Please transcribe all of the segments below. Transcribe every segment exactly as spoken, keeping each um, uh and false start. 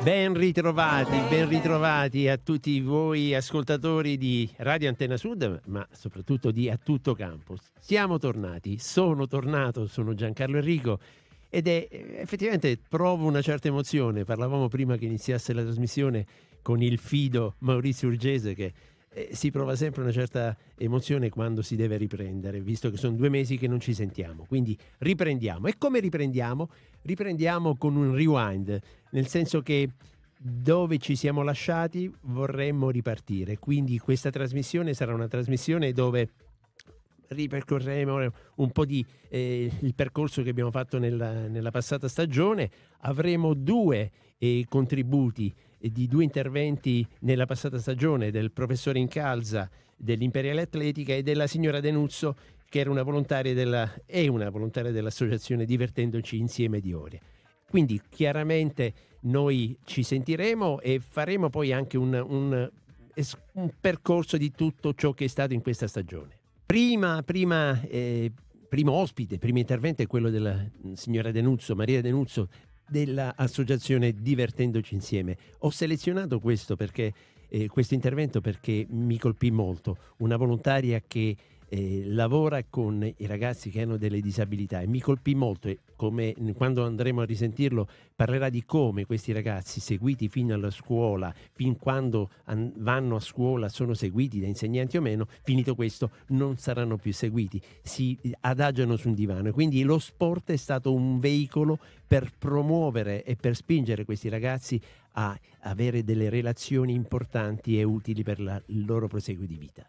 Ben ritrovati, ben ritrovati a tutti voi ascoltatori di Radio Antenna Sud, ma soprattutto di A Tutto Campo. Siamo tornati, sono tornato, sono Giancarlo Enrico ed è effettivamente provo una certa emozione. Parlavamo prima che iniziasse la trasmissione con il fido Maurizio Urgese che eh, si prova sempre una certa emozione quando si deve riprendere, visto che sono due mesi che non ci sentiamo. Quindi riprendiamo. E come riprendiamo? Riprendiamo con un rewind, nel senso che dove ci siamo lasciati vorremmo ripartire. Quindi questa trasmissione sarà una trasmissione dove ripercorreremo un po' di eh, il percorso che abbiamo fatto nella, nella passata stagione. Avremo due eh, contributi eh, di due interventi nella passata stagione del professore Incalza dell'Imperiale Atletica e della signora Denuzzo, che era una volontaria della, è una volontaria dell'associazione Divertendoci Insieme di Oria. Quindi chiaramente noi ci sentiremo e faremo poi anche un, un, un percorso di tutto ciò che è stato in questa stagione. Prima, prima, eh, primo ospite, primo intervento è quello della signora Denuzzo, Maria Denuzzo, dell'associazione Divertendoci Insieme. Ho selezionato questo perché eh, questo intervento perché mi colpì molto. Una volontaria che eh, lavora con i ragazzi che hanno delle disabilità e mi colpì molto, e come quando andremo a risentirlo parlerà di come questi ragazzi seguiti fino alla scuola, fin quando an- vanno a scuola, sono seguiti da insegnanti o meno, finito questo non saranno più seguiti, si adagiano su un divano. Quindi lo sport è stato un veicolo per promuovere e per spingere questi ragazzi a avere delle relazioni importanti e utili per la, il loro proseguo di vita.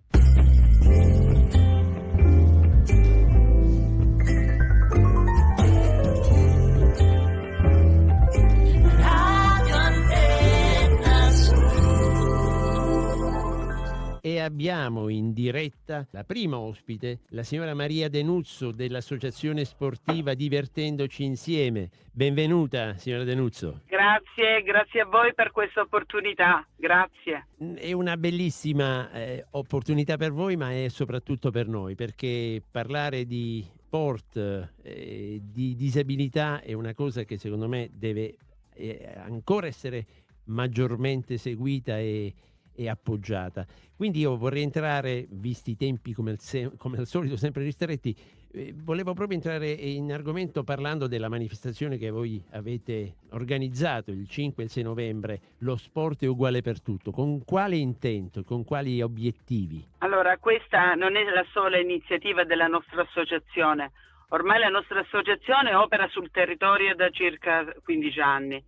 E abbiamo in diretta la prima ospite, la signora Maria Denuzzo dell'Associazione Sportiva Divertendoci Insieme. Benvenuta, signora Denuzzo. Grazie, grazie a voi per questa opportunità, grazie. È una bellissima eh, opportunità per voi, ma è soprattutto per noi, perché parlare di sport, eh, di disabilità è una cosa che secondo me deve eh, ancora essere maggiormente seguita e e appoggiata. Quindi io vorrei entrare, visti i tempi come al, se- come al solito sempre ristretti, eh, volevo proprio entrare in argomento parlando della manifestazione che voi avete organizzato il cinque e il sei novembre, Lo sport è uguale per tutto. Con quale intento, con quali obiettivi? Allora, questa non è la sola iniziativa della nostra associazione. Ormai la nostra associazione opera sul territorio da circa quindici anni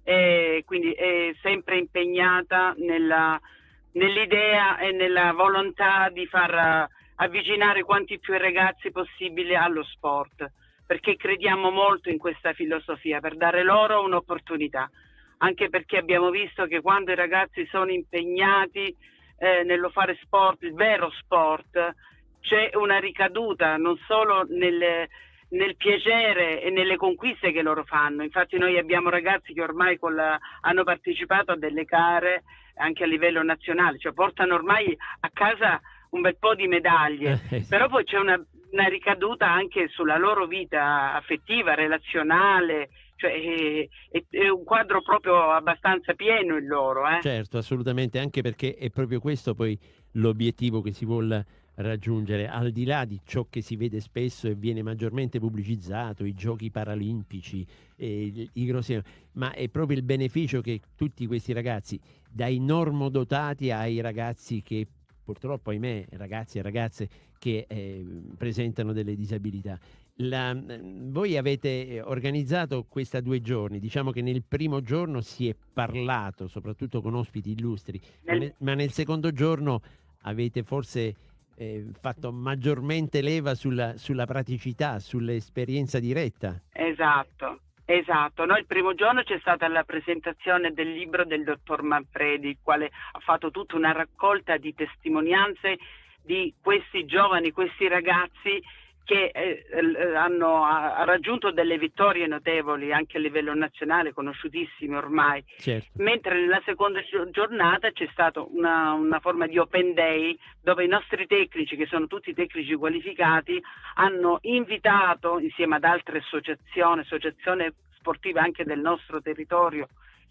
e quindi è sempre impegnata nella nell'idea e nella volontà di far avvicinare quanti più ragazzi possibile allo sport, perché crediamo molto in questa filosofia, per dare loro un'opportunità, anche perché abbiamo visto che quando i ragazzi sono impegnati eh, nello fare sport, il vero sport, c'è una ricaduta non solo nel, nel piacere e nelle conquiste che loro fanno. Infatti noi abbiamo ragazzi che ormai con la, hanno partecipato a delle gare anche a livello nazionale, cioè portano ormai a casa un bel po' di medaglie, Eh, sì. però poi c'è una, una ricaduta anche sulla loro vita affettiva, relazionale, cioè è, è, è un quadro proprio abbastanza pieno il loro. Eh? Certo, assolutamente, anche perché è proprio questo poi l'obiettivo che si vuole raggiungere, al di là di ciò che si vede spesso e viene maggiormente pubblicizzato, i giochi paralimpici, eh, i grossi, ma è proprio il beneficio che tutti questi ragazzi, dai normodotati ai ragazzi che purtroppo, ahimè, ragazzi e ragazze che eh, presentano delle disabilità. La, voi avete organizzato questa due giorni, diciamo che nel primo giorno si è parlato soprattutto con ospiti illustri, ma nel, ma nel secondo giorno avete forse eh, fatto maggiormente leva sulla, sulla praticità, sull'esperienza diretta. Esatto, esatto. Noi il primo giorno c'è stata la presentazione del libro del dottor Manfredi, il quale ha fatto tutta una raccolta di testimonianze di questi giovani, questi ragazzi che eh, hanno ha raggiunto delle vittorie notevoli anche a livello nazionale, conosciutissime ormai. Certo. Mentre nella seconda giornata c'è stata una, una forma di open day dove i nostri tecnici, che sono tutti tecnici qualificati, hanno invitato insieme ad altre associazioni, associazioni sportive anche del nostro territorio,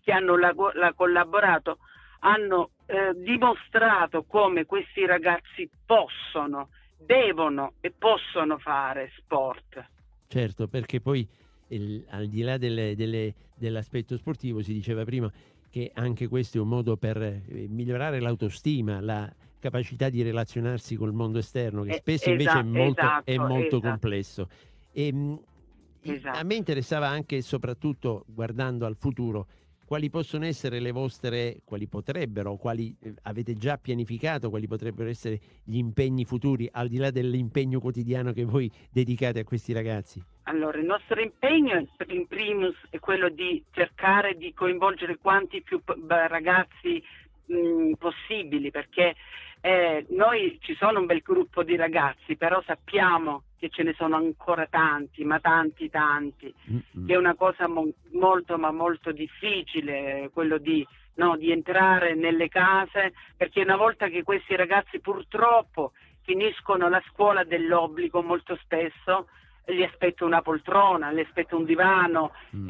che hanno la, la collaborato hanno eh, dimostrato come questi ragazzi possono, devono e possono fare sport. Certo, perché poi il, al di là delle, delle, dell'aspetto sportivo, si diceva prima che anche questo è un modo per eh, migliorare l'autostima, la capacità di relazionarsi col mondo esterno, che spesso invece è molto, esatto, è molto esatto. complesso. E, mh, Esatto. A me interessava anche e soprattutto, guardando al futuro, quali possono essere le vostre, quali potrebbero, quali eh, avete già pianificato, quali potrebbero essere gli impegni futuri, al di là dell'impegno quotidiano che voi dedicate a questi ragazzi? Allora, il nostro impegno in primis è quello di cercare di coinvolgere quanti più ragazzi mh, possibili, perché eh, noi ci sono un bel gruppo di ragazzi, però sappiamo che ce ne sono ancora tanti, ma tanti tanti, mm-hmm. che è una cosa mo- molto ma molto difficile, quello di, no, di entrare nelle case, perché una volta che questi ragazzi purtroppo finiscono la scuola dell'obbligo, molto spesso gli aspetta una poltrona, gli aspetta un divano, mm.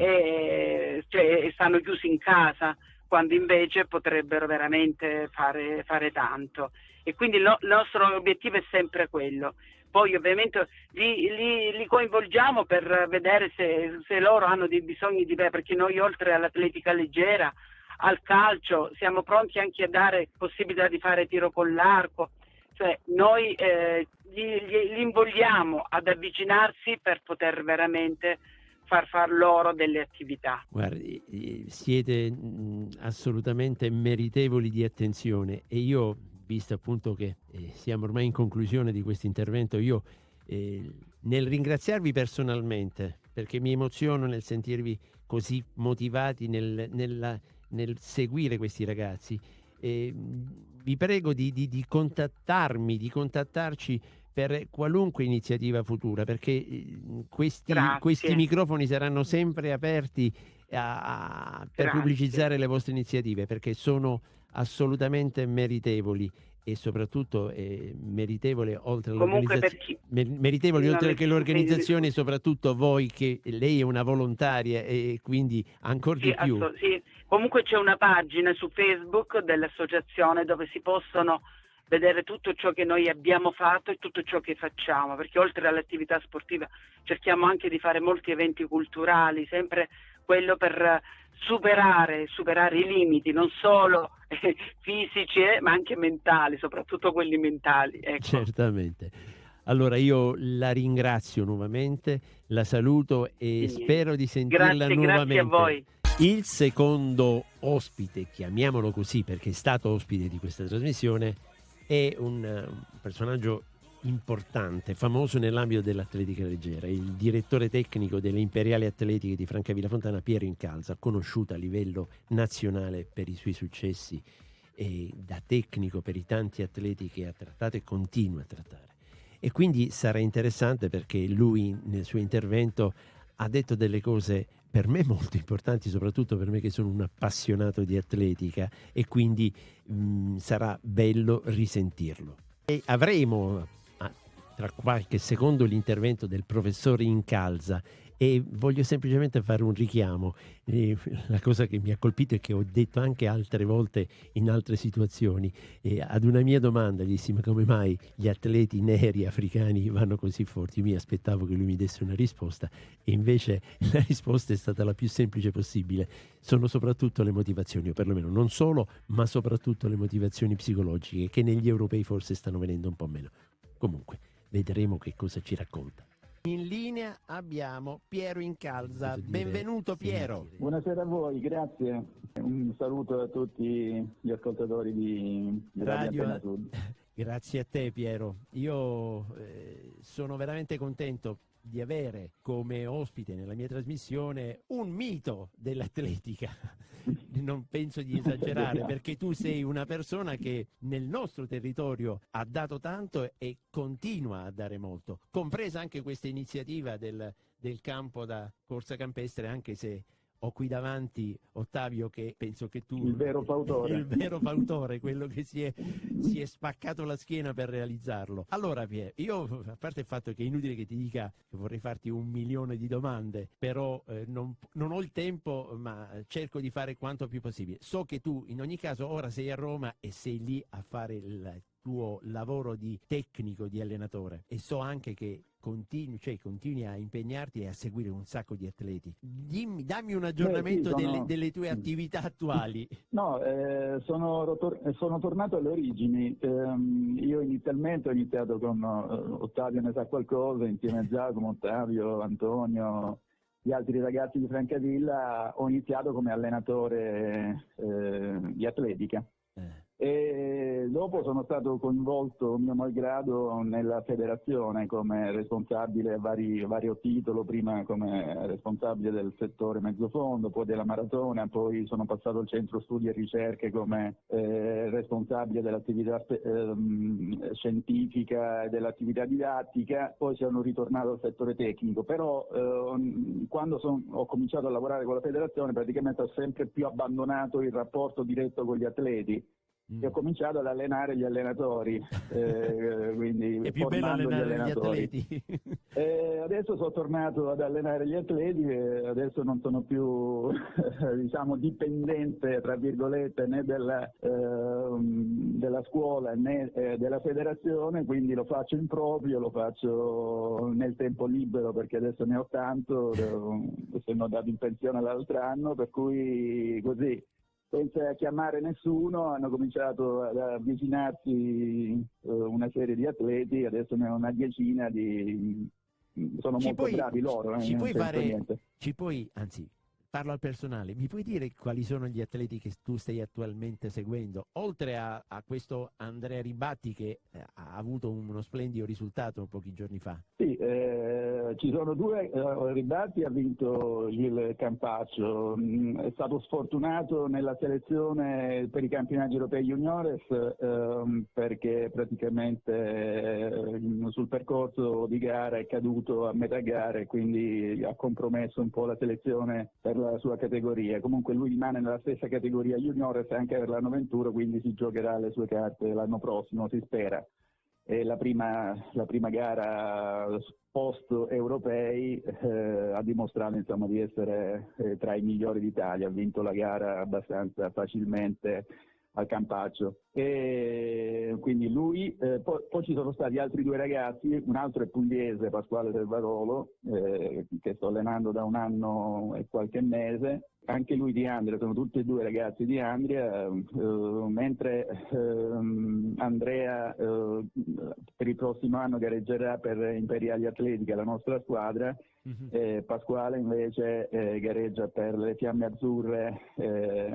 e, cioè, e stanno chiusi in casa, quando invece potrebbero veramente fare, fare tanto. E quindi lo, il nostro obiettivo è sempre quello. Poi ovviamente li, li, li coinvolgiamo per vedere se, se loro hanno dei bisogni diversi, perché noi oltre all'atletica leggera, al calcio, siamo pronti anche a dare possibilità di fare tiro con l'arco. Cioè noi eh, li, li, li invogliamo ad avvicinarsi per poter veramente far far loro delle attività. Guardi, siete mh, assolutamente meritevoli di attenzione, e io, visto appunto che eh, siamo ormai in conclusione di questo intervento, io eh, nel ringraziarvi personalmente, perché mi emoziono nel sentirvi così motivati nel, nella, nel seguire questi ragazzi, eh, vi prego di, di, di contattarmi, di contattarci per qualunque iniziativa futura, perché questi, questi microfoni saranno sempre aperti a, a, per Grazie. pubblicizzare le vostre iniziative, perché sono assolutamente meritevoli, e soprattutto eh, meritevole oltre all'organizzazione, meritevoli no, oltre che l'organizzazione, soprattutto voi, che lei è una volontaria e quindi ancora sì, di più. Assolut- sì. Comunque c'è una pagina su Facebook dell'associazione dove si possono vedere tutto ciò che noi abbiamo fatto e tutto ciò che facciamo, perché oltre all'attività sportiva cerchiamo anche di fare molti eventi culturali, sempre quello per superare, superare i limiti, non solo eh, fisici eh, ma anche mentali, soprattutto quelli mentali. Ecco. Certamente. Allora io la ringrazio nuovamente, la saluto e sì. spero di sentirla grazie, nuovamente. Grazie a voi. Il secondo ospite, chiamiamolo così perché è stato ospite di questa trasmissione, è un, un personaggio importante, famoso nell'ambito dell'atletica leggera, il direttore tecnico delle Imperiali Atletiche di Francavilla Fontana, Piero Incalza, conosciuto a livello nazionale per i suoi successi e da tecnico per i tanti atleti che ha trattato e continua a trattare. E quindi sarà interessante perché lui nel suo intervento ha detto delle cose per me molto importanti, soprattutto per me che sono un appassionato di atletica, e quindi mh, sarà bello risentirlo. E avremo ah, tra qualche secondo l'intervento del professor Incalza, e voglio semplicemente fare un richiamo. Eh, la cosa che mi ha colpito e che ho detto anche altre volte in altre situazioni, eh, ad una mia domanda gli dissi: ma come mai gli atleti neri africani vanno così forti? Io mi aspettavo che lui mi desse una risposta, e invece la risposta è stata la più semplice possibile. Sono soprattutto le motivazioni, o perlomeno non solo, ma soprattutto le motivazioni psicologiche, che negli europei forse stanno venendo un po' meno. Comunque vedremo che cosa ci racconta. In linea abbiamo Piero Incalza. Benvenuto Piero. Buonasera a voi, grazie. Un saluto a tutti gli ascoltatori di, di Radio Antena Sud. Grazie a te Piero. Io eh, sono veramente contento di avere come ospite nella mia trasmissione un mito dell'atletica. Non penso di esagerare, perché tu sei una persona che nel nostro territorio ha dato tanto e continua a dare molto, compresa anche questa iniziativa del, del campo da corsa campestre, anche se ho qui davanti Ottavio, che penso che tu... Il vero fautore. Il vero fautore, quello che si è, si è spaccato la schiena per realizzarlo. Allora Pier, io, a parte il fatto che è inutile che ti dica che vorrei farti un milione di domande, però eh, non, non ho il tempo, ma cerco di fare quanto più possibile. So che tu in ogni caso ora sei a Roma e sei lì a fare il tuo lavoro di tecnico, di allenatore, e so anche che continui, cioè, continui a impegnarti e a seguire un sacco di atleti. Dimmi, dammi un aggiornamento Beh, sì, sono... delle, delle tue attività attuali. No, eh, sono, rotor- sono tornato alle origini. Eh, io inizialmente ho iniziato con uh, Ottavio ne sa qualcosa, insieme a Giacomo, Ottavio, Antonio, gli altri ragazzi di Francavilla. Ho iniziato come allenatore eh, di atletica. Eh. E dopo sono stato coinvolto mio malgrado nella federazione come responsabile a vari, vario titolo, prima come responsabile del settore mezzofondo, poi della maratona, poi sono passato al centro studi e ricerche come eh, responsabile dell'attività eh, scientifica e dell'attività didattica, poi sono ritornato al settore tecnico, però eh, quando son, ho cominciato a lavorare con la federazione praticamente ho sempre più abbandonato il rapporto diretto con gli atleti. Mm. E ho cominciato ad allenare gli allenatori, eh, quindi è più bello allenare gli atleti. E adesso sono tornato ad allenare gli atleti e adesso non sono più diciamo dipendente tra virgolette né della, eh, della scuola né eh, della federazione, quindi lo faccio in proprio, lo faccio nel tempo libero perché adesso ne ho tanto, sono andato in pensione l'altro anno, per cui così. Senza chiamare nessuno hanno cominciato ad avvicinarsi uh, una serie di atleti, adesso ne ho una decina di... sono ci molto puoi, bravi loro. Eh, ci puoi fare, niente. ci puoi, anzi, parlo al personale, mi puoi dire quali sono gli atleti che tu stai attualmente seguendo? Oltre a, a questo Andrea Ribatti che eh, ha avuto uno splendido risultato pochi giorni fa. Sì, eh, ci sono due, eh, Ribatti ha vinto il Campaccio, mm, è stato sfortunato nella selezione per i campionati europei juniores eh, perché praticamente eh, sul percorso di gara è caduto a metà gara e quindi ha compromesso un po' la selezione per la sua categoria. Comunque lui rimane nella stessa categoria juniores anche per l'anno venturo, quindi si giocherà le sue carte l'anno prossimo, si spera. E la prima, la prima gara post-europei eh, ha dimostrato insomma, di essere eh, tra i migliori d'Italia, ha vinto la gara abbastanza facilmente al Campaccio. E quindi lui, eh, poi, poi ci sono stati altri due ragazzi, un altro è pugliese, Pasquale Servarolo, eh, che sto allenando da un anno e qualche mese, anche lui di Andria, sono tutti e due ragazzi di Andria, eh, mentre eh, Andrea eh, per il prossimo anno gareggerà per Imperiali Atletica, la nostra squadra, mm-hmm. eh, Pasquale invece eh, gareggia per le Fiamme Azzurre, eh,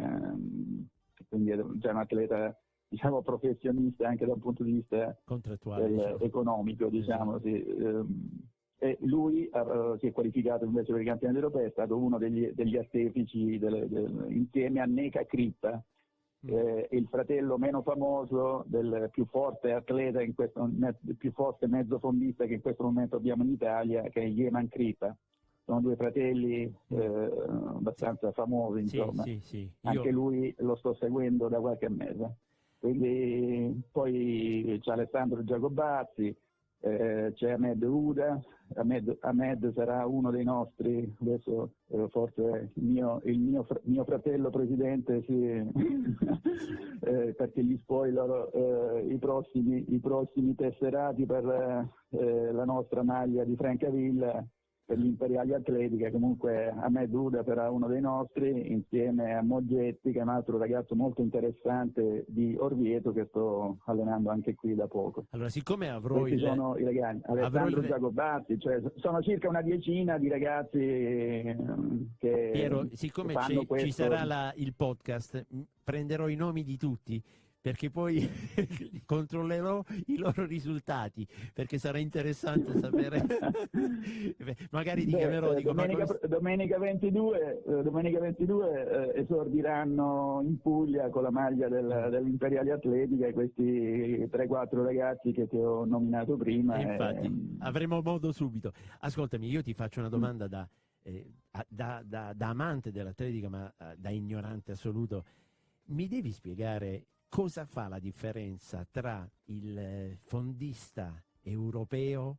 quindi è già un atleta diciamo professionista anche dal punto di vista contrattuale, del, diciamo. economico, diciamo, esatto. sì. Um, e lui uh, si è qualificato invece per i campionati europei, è stato uno degli, degli artefici del, del, insieme a Neca Crippa, mm. eh, il fratello meno famoso del più forte atleta, in questo, il più forte mezzofondista che in questo momento abbiamo in Italia, che è Yeman Crippa. Sono due fratelli eh, abbastanza famosi, insomma. Sì, sì, sì. Io... Anche lui lo sto seguendo da qualche mese. Quindi poi c'è Alessandro Giacobazzi, eh, c'è Ahmed Uda, Ahmed, Ahmed sarà uno dei nostri, adesso eh, forse il mio, il mio, fr- mio fratello presidente, sì, eh, perché gli spoilerò eh, i, prossimi, i prossimi tesserati per eh, la nostra maglia di Francavilla, per gli Imperiali Atletica. Comunque Ahmed Uda sarà uno dei nostri, insieme a Moggetti, che è un altro ragazzo molto interessante di Orvieto che sto allenando anche qui da poco. Allora, siccome avrò Questi il... sono i ragazzi, Alessandro il... Giacobazzi, cioè sono circa una decina di ragazzi che Piero, siccome fanno ci, questo... ci sarà la, il podcast, prenderò i nomi di tutti, perché poi controllerò i loro risultati, perché sarà interessante sapere. Magari ti Beh, chiamerò. Eh, dico, domenica, come... domenica ventidue, eh, domenica ventidue eh, esordiranno in Puglia con la maglia del, dell'Imperiali Atletica questi tre quattro ragazzi che ti ho nominato prima. E infatti, e... avremo modo subito. Ascoltami, io ti faccio una domanda da eh, da, da, da amante dell'atletica, ma eh, da ignorante assoluto, mi devi spiegare cosa fa la differenza tra il eh, fondista europeo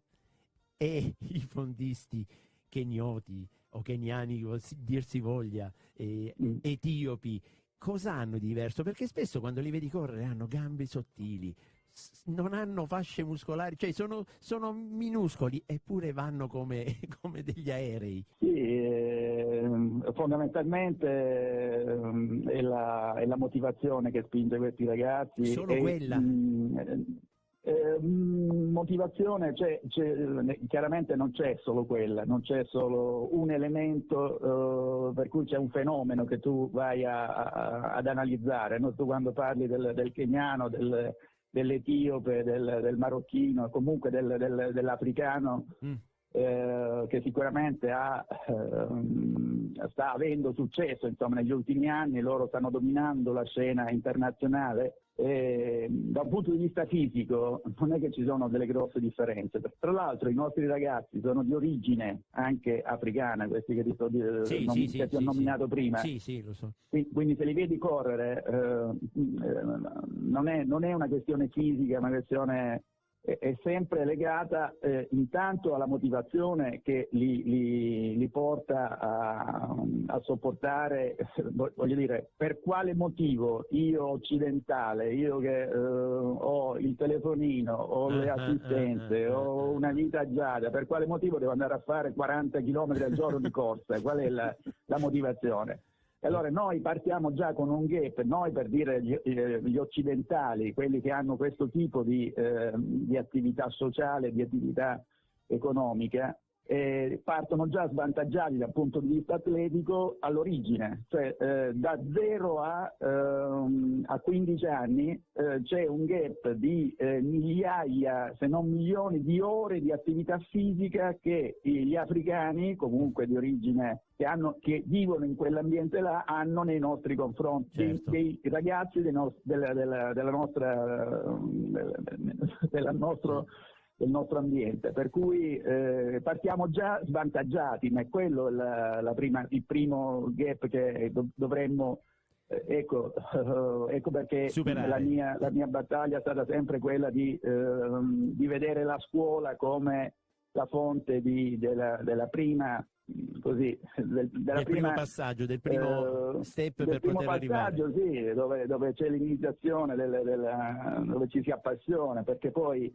e i fondisti kenioti o keniani, dir si voglia, eh, Mm. etiopi? Cosa hanno di diverso? Perché spesso quando li vedi correre hanno gambe sottili, s- non hanno fasce muscolari, cioè sono, sono minuscoli, eppure vanno come, come degli aerei. Sì, eh, fondamentalmente ehm, è la, è la motivazione che spinge questi ragazzi. Solo e, quella? mh, eh, mh, motivazione, c'è, c'è, chiaramente non c'è solo quella, non c'è solo un elemento eh, per cui c'è un fenomeno che tu vai a, a- ad analizzare, no? Tu quando parli del, del keniano, del, dell'etiope, del, del marocchino, comunque del, del- dell'africano, Mm. eh, che sicuramente ha, ehm, sta avendo successo, insomma, negli ultimi anni, loro stanno dominando la scena internazionale. E, da un punto di vista fisico non è che ci sono delle grosse differenze. Tra l'altro i nostri ragazzi sono di origine anche africana, questi che ti, sto, di- Sì, nom- sì, sì, che ti ho sì, nominato sì. prima. Sì, sì, lo so. Qui- Quindi se li vedi correre eh, eh, non, è, non è una questione fisica, è una questione è, è sempre legata eh, intanto alla motivazione che li, li- li porta a, a sopportare, voglio dire, per quale motivo io occidentale, io che eh, ho il telefonino, ho le Ah, ah, assistenze, ah, ah, ho una vita agiata, per quale motivo devo andare a fare quaranta chilometri al giorno di corsa? Qual è la, la motivazione? E allora noi partiamo già con un gap, noi per dire gli, eh, gli occidentali, quelli che hanno questo tipo di, eh, di attività sociale, di attività economica, eh, partono già svantaggiati dal punto di vista atletico all'origine, cioè eh, da zero a, ehm, a quindici anni eh, c'è un gap di eh, migliaia, se non milioni di ore di attività fisica che gli africani, comunque di origine che, hanno, che vivono in quell'ambiente là, hanno nei nostri confronti, Certo. dei ragazzi dei nos- della, della, della nostra della, della nostro del nostro ambiente, per cui eh, partiamo già svantaggiati, ma è quello la, la prima, il primo gap che do, dovremmo eh, ecco, eh, ecco perché Superare. la mia, la mia battaglia è stata sempre quella di, eh, di vedere la scuola come la fonte di, della, della prima così del, della del prima, primo passaggio, del primo eh, step del per primo poter arrivare. passaggio, sì, dove, dove c'è l'iniziazione, del, della, dove ci si appassiona, perché poi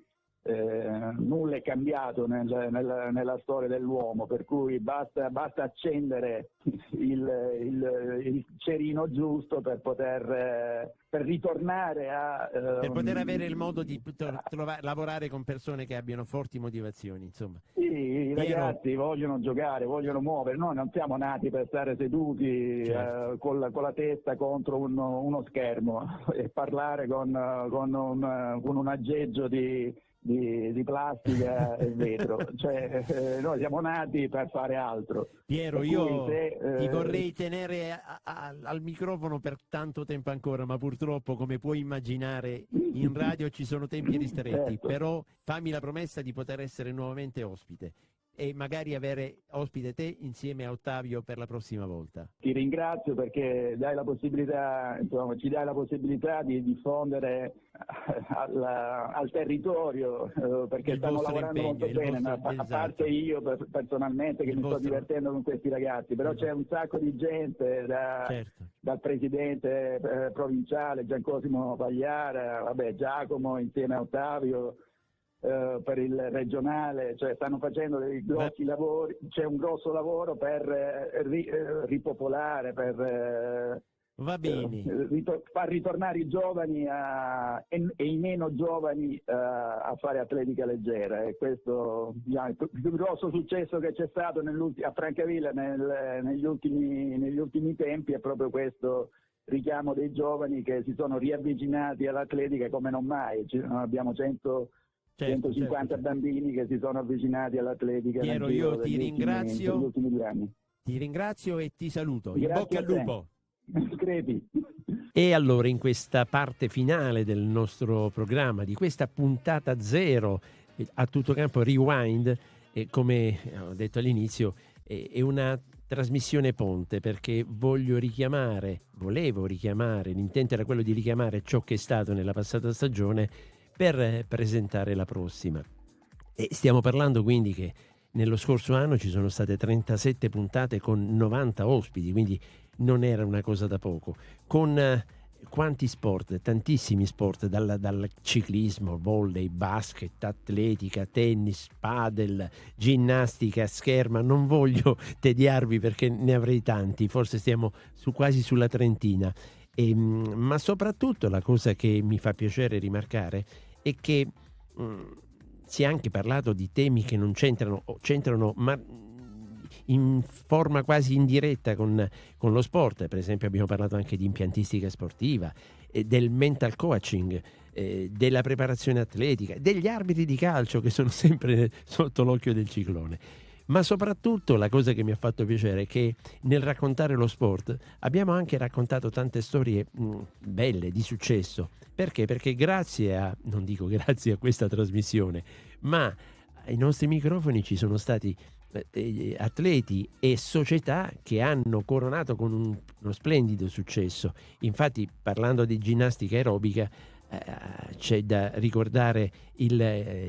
eh, nulla è cambiato nel, nel, nella storia dell'uomo, per cui basta, basta accendere il, il, il cerino giusto per poter eh, per ritornare a Per ehm, poter avere il modo di tro- trova- lavorare con persone che abbiano forti motivazioni, insomma. Sì, i Piero- ragazzi vogliono giocare, vogliono muovere, noi non siamo nati per stare seduti Certo. eh, con, la, con la testa contro uno, uno schermo e parlare con, con, un, con un aggeggio di, di, di plastica e vetro, cioè eh, noi siamo nati per fare altro. Piero, Per cui io se, ti eh, vorrei tenere a- a- al microfono per tanto tempo ancora, ma purtroppo, come puoi immaginare, in radio ci sono tempi ristretti, Certo. però fammi la promessa di poter essere nuovamente ospite e magari avere ospite te insieme a Ottavio per la prossima volta. Ti ringrazio perché dai la possibilità, insomma, ci dai la possibilità di diffondere al, al territorio, eh, perché Il stanno vostro lavorando impegno, molto il bene, vostro- a, a esatto. parte io per- personalmente che Il mi vostro- sto divertendo con questi ragazzi, però Esatto. c'è un sacco di gente, da- Certo. dal presidente eh, provinciale Gian Cosimo Pagliara, vabbè, Giacomo insieme a Ottavio, eh, per il regionale, cioè stanno facendo dei grossi lavori, c'è un grosso lavoro per eh, ri- eh, ripopolare, per eh, Va bene. eh, ritor- far ritornare i giovani a- e, e i meno giovani eh, a fare atletica leggera, e questo diciamo, il più- il più grosso successo che c'è stato nell'ulti- a Francavilla nel- negli, ultimi, negli ultimi tempi è proprio questo richiamo dei giovani che si sono riavvicinati all'atletica come non mai. Ci- abbiamo cento Certo, centocinquanta certo, certo. bambini che si sono avvicinati all'atletica Piero, nel giro io ti degli ringrazio. ultimi, degli ultimi due anni. Ti ringrazio e ti saluto. In Grazie bocca a al te. lupo. Crepi. E allora in questa parte finale del nostro programma, di questa puntata zero eh, a tutto campo Rewind, eh, come ho detto all'inizio, è, è una trasmissione ponte, perché voglio richiamare, volevo richiamare, l'intento era quello di richiamare ciò che è stato nella passata stagione per presentare la prossima. E stiamo parlando quindi che nello scorso anno ci sono state trentasette puntate con novanta ospiti, quindi non era una cosa da poco, con eh, quanti sport, tantissimi sport, dal, dal ciclismo, volley, basket, atletica, tennis, padel, ginnastica, scherma. Non voglio tediarvi perché ne avrei tanti, forse stiamo su, quasi sulla trentina. E, ma soprattutto la cosa che mi fa piacere rimarcare è che mh, si è anche parlato di temi che non c'entrano, o c'entrano ma in forma quasi indiretta con, con lo sport. Per esempio abbiamo parlato anche di impiantistica sportiva, eh, del mental coaching, eh, della preparazione atletica, degli arbitri di calcio che sono sempre sotto l'occhio del ciclone. Ma soprattutto la cosa che mi ha fatto piacere è che nel raccontare lo sport abbiamo anche raccontato tante storie mh, belle, di successo. Perché? Perché grazie a, non dico grazie a questa trasmissione, ma ai nostri microfoni ci sono stati eh, atleti e società che hanno coronato con un, uno splendido successo. Infatti, parlando di ginnastica aerobica, Uh, c'è da ricordare il,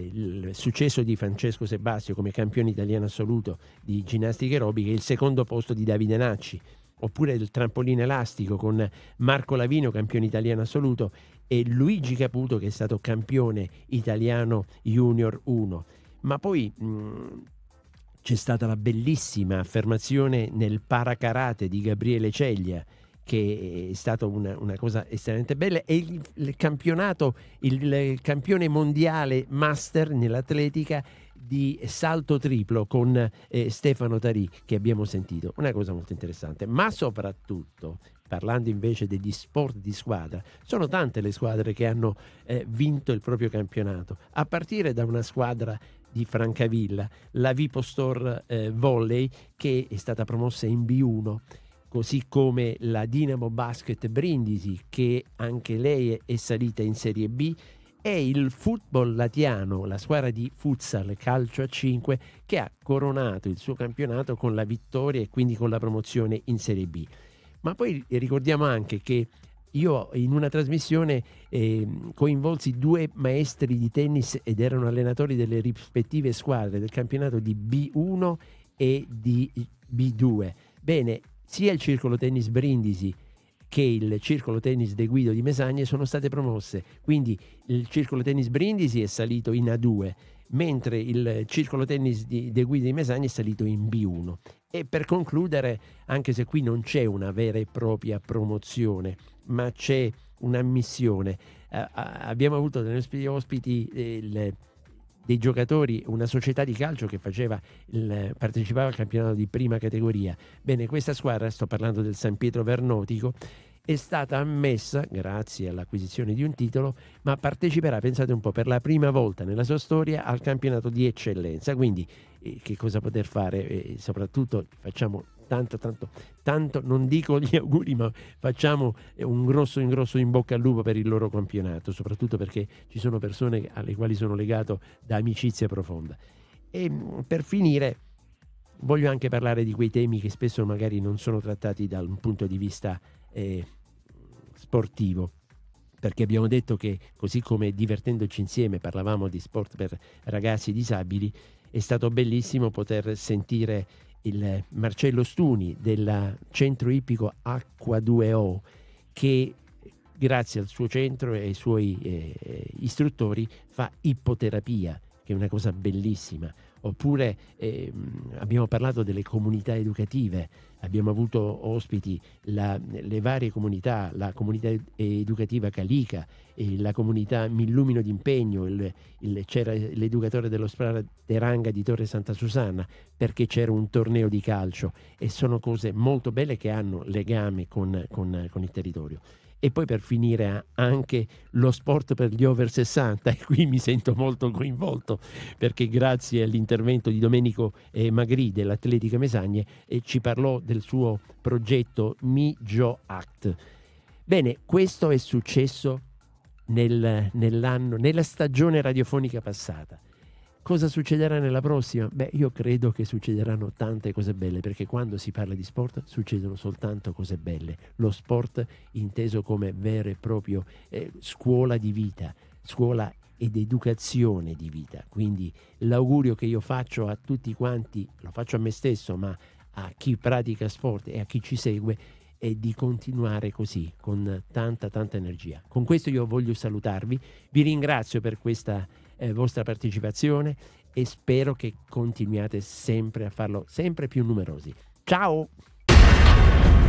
il successo di Francesco Sebastio come campione italiano assoluto di ginnastica aerobica e il secondo posto di Davide Nacci, oppure il trampolino elastico con Marco Lavino, campione italiano assoluto, e Luigi Caputo, che è stato campione italiano junior uno. Ma poi mh, c'è stata la bellissima affermazione nel parakarate di Gabriele Ceglia, che è stata una, una cosa estremamente bella, e il, il campionato, il, il campione mondiale master nell'atletica di salto triplo con eh, Stefano Tarì, che abbiamo sentito, una cosa molto interessante. Ma soprattutto, parlando invece degli sport di squadra, sono tante le squadre che hanno eh, vinto il proprio campionato, a partire da una squadra di Francavilla, la Vipostor eh, Volley, che è stata promossa in B uno, così come la Dinamo Basket Brindisi, che anche lei è salita in Serie B, e il Football Latiano, la squadra di futsal calcio a cinque, che ha coronato il suo campionato con la vittoria e quindi con la promozione in Serie B. Ma poi ricordiamo anche che io in una trasmissione eh, coinvolsi due maestri di tennis ed erano allenatori delle rispettive squadre del campionato di B uno e di B due. Bene, sia il Circolo Tennis Brindisi che il Circolo Tennis De Guido di Mesagne sono state promosse, quindi il Circolo Tennis Brindisi è salito in A due, mentre il Circolo Tennis di De Guido di Mesagne è salito in B uno. E per concludere, anche se qui non c'è una vera e propria promozione, ma c'è un'ammissione, eh, abbiamo avuto dei nostri ospiti eh, il dei giocatori, una società di calcio che faceva il, partecipava al campionato di prima categoria. Bene, questa squadra, sto parlando del San Pietro Vernotico, è stata ammessa grazie all'acquisizione di un titolo, ma parteciperà, pensate un po', per la prima volta nella sua storia al campionato di eccellenza. Quindi eh, che cosa poter fare? E soprattutto facciamo tanto tanto tanto, non dico gli auguri, ma facciamo un grosso in grosso in bocca al lupo per il loro campionato, soprattutto perché ci sono persone alle quali sono legato da amicizia profonda. E per finire voglio anche parlare di quei temi che spesso magari non sono trattati dal punto di vista eh, sportivo, perché abbiamo detto che, così come Divertendoci Insieme parlavamo di sport per ragazzi disabili, è stato bellissimo poter sentire il Marcello Stuni del centro ippico Acqua due O, che grazie al suo centro e ai suoi eh, istruttori fa ippoterapia, che è una cosa bellissima. Oppure eh, abbiamo parlato delle comunità educative, abbiamo avuto ospiti la, le varie comunità, la comunità educativa Calica, e la comunità Millumino d'Impegno, il, il, c'era l'educatore dello Sprara Teranga di Torre Santa Susanna, perché c'era un torneo di calcio, e sono cose molto belle che hanno legame con, con, con il territorio. E poi per finire anche lo sport per gli over sessanta, e qui mi sento molto coinvolto perché grazie all'intervento di Domenico eh, Magri dell'Atletica Mesagne eh, ci parlò del suo progetto MiGio Act. Bene, questo è successo nel, nell'anno, nella stagione radiofonica passata. Cosa succederà nella prossima? Beh, io credo che succederanno tante cose belle, perché quando si parla di sport succedono soltanto cose belle. Lo sport inteso come vero e proprio eh, scuola di vita, scuola ed educazione di vita. Quindi l'augurio che io faccio a tutti quanti, lo faccio a me stesso, ma a chi pratica sport e a chi ci segue, è di continuare così, con tanta tanta energia. Con questo io voglio salutarvi, vi ringrazio per questa eh, vostra partecipazione e spero che continuiate sempre a farlo, sempre più numerosi. Ciao!